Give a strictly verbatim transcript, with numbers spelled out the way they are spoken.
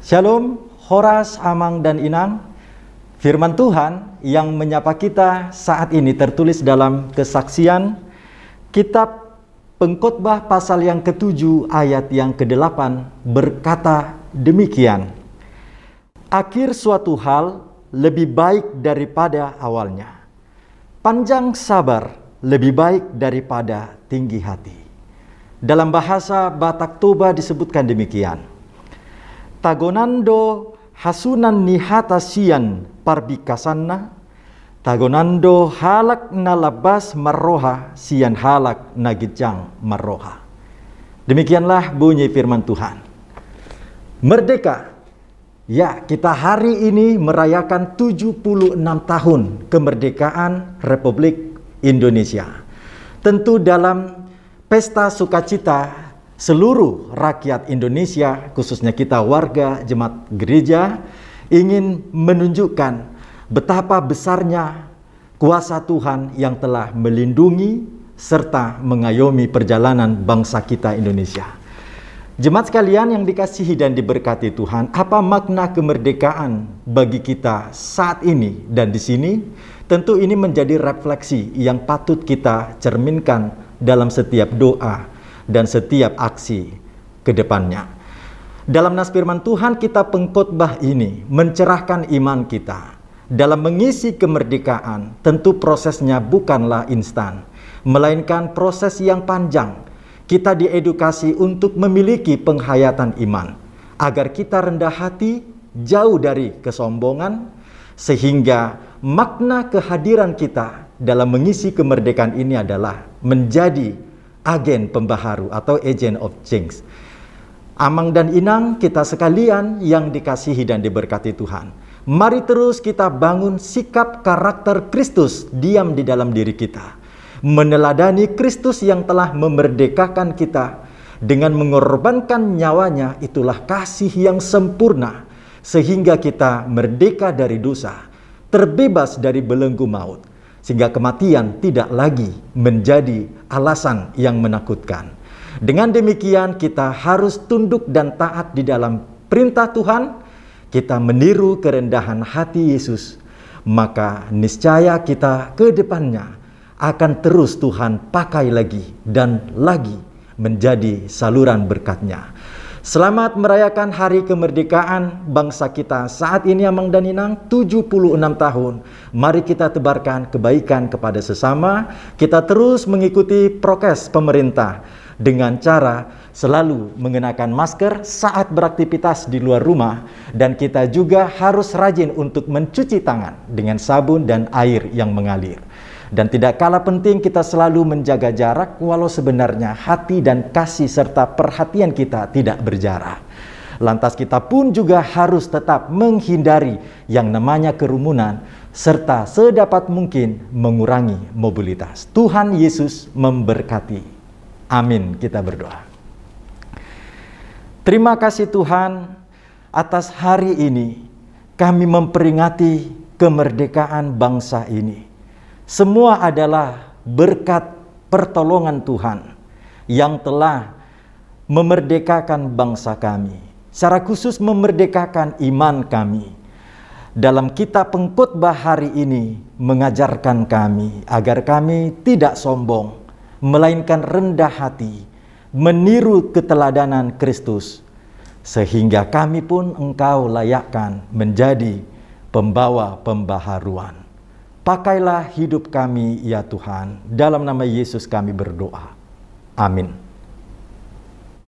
Shalom, Horas, Amang, dan Inang. Firman Tuhan yang menyapa kita saat ini tertulis dalam Kesaksian, Kitab Pengkhotbah pasal yang ketujuh ayat yang kedelapan berkata demikian. Akhir suatu hal lebih baik daripada awalnya. Panjang sabar lebih baik daripada tinggi hati. Dalam bahasa Batak Toba disebutkan demikian. Tagonando hasunan nihata sian parbikasanna, tagonando halak nalabas marroha sian halak nagijang marroha. Demikianlah bunyi firman Tuhan. Merdeka. Ya, kita hari ini merayakan tujuh puluh enam tahun kemerdekaan Republik Indonesia. Tentu dalam pesta sukacita seluruh rakyat Indonesia, khususnya kita warga jemaat gereja, ingin menunjukkan betapa besarnya kuasa Tuhan yang telah melindungi serta mengayomi perjalanan bangsa kita Indonesia. Jemaat sekalian yang dikasihi dan diberkati Tuhan, apa makna kemerdekaan bagi kita saat ini dan di sini? Tentu ini menjadi refleksi yang patut kita cerminkan dalam setiap doa dan setiap aksi ke depannya. Dalam nas firman Tuhan, kita pengkhotbah ini mencerahkan iman kita. Dalam mengisi kemerdekaan, tentu prosesnya bukanlah instan, melainkan proses yang panjang. Kita diedukasi untuk memiliki penghayatan iman, agar kita rendah hati, jauh dari kesombongan, sehingga makna kehadiran kita dalam mengisi kemerdekaan ini adalah menjadi agen pembaharu atau agent of change. Amang dan Inang, kita sekalian yang dikasihi dan diberkati Tuhan, mari terus kita bangun sikap karakter Kristus diam di dalam diri kita, meneladani Kristus yang telah memerdekakan kita dengan mengorbankan nyawanya. Itulah kasih yang sempurna, sehingga kita merdeka dari dosa, terbebas dari belenggu maut, sehingga kematian tidak lagi menjadi alasan yang menakutkan. Dengan demikian kita harus tunduk dan taat di dalam perintah Tuhan. Kita meniru kerendahan hati Yesus, maka niscaya kita ke depannya akan terus Tuhan pakai lagi dan lagi menjadi saluran berkat-Nya. Selamat merayakan hari kemerdekaan bangsa kita saat ini, Amang dan Inang, tujuh puluh enam tahun. Mari kita tebarkan kebaikan kepada sesama. Kita terus mengikuti prokes pemerintah dengan cara selalu mengenakan masker saat beraktivitas di luar rumah. Dan kita juga harus rajin untuk mencuci tangan dengan sabun dan air yang mengalir. Dan tidak kalah penting, kita selalu menjaga jarak walau sebenarnya hati dan kasih serta perhatian kita tidak berjarak. Lantas kita pun juga harus tetap menghindari yang namanya kerumunan serta sedapat mungkin mengurangi mobilitas. Tuhan Yesus memberkati. Amin, kita berdoa. Terima kasih Tuhan atas hari ini kami memperingati kemerdekaan bangsa ini. Semua adalah berkat pertolongan Tuhan yang telah memerdekakan bangsa kami. Secara khusus memerdekakan iman kami. Dalam kitab pengkhotbah hari ini mengajarkan kami agar kami tidak sombong, melainkan rendah hati, meniru keteladanan Kristus, sehingga kami pun Engkau layakkan menjadi pembawa pembaharuan. Pakailah hidup kami ya Tuhan, dalam nama Yesus kami berdoa. Amin.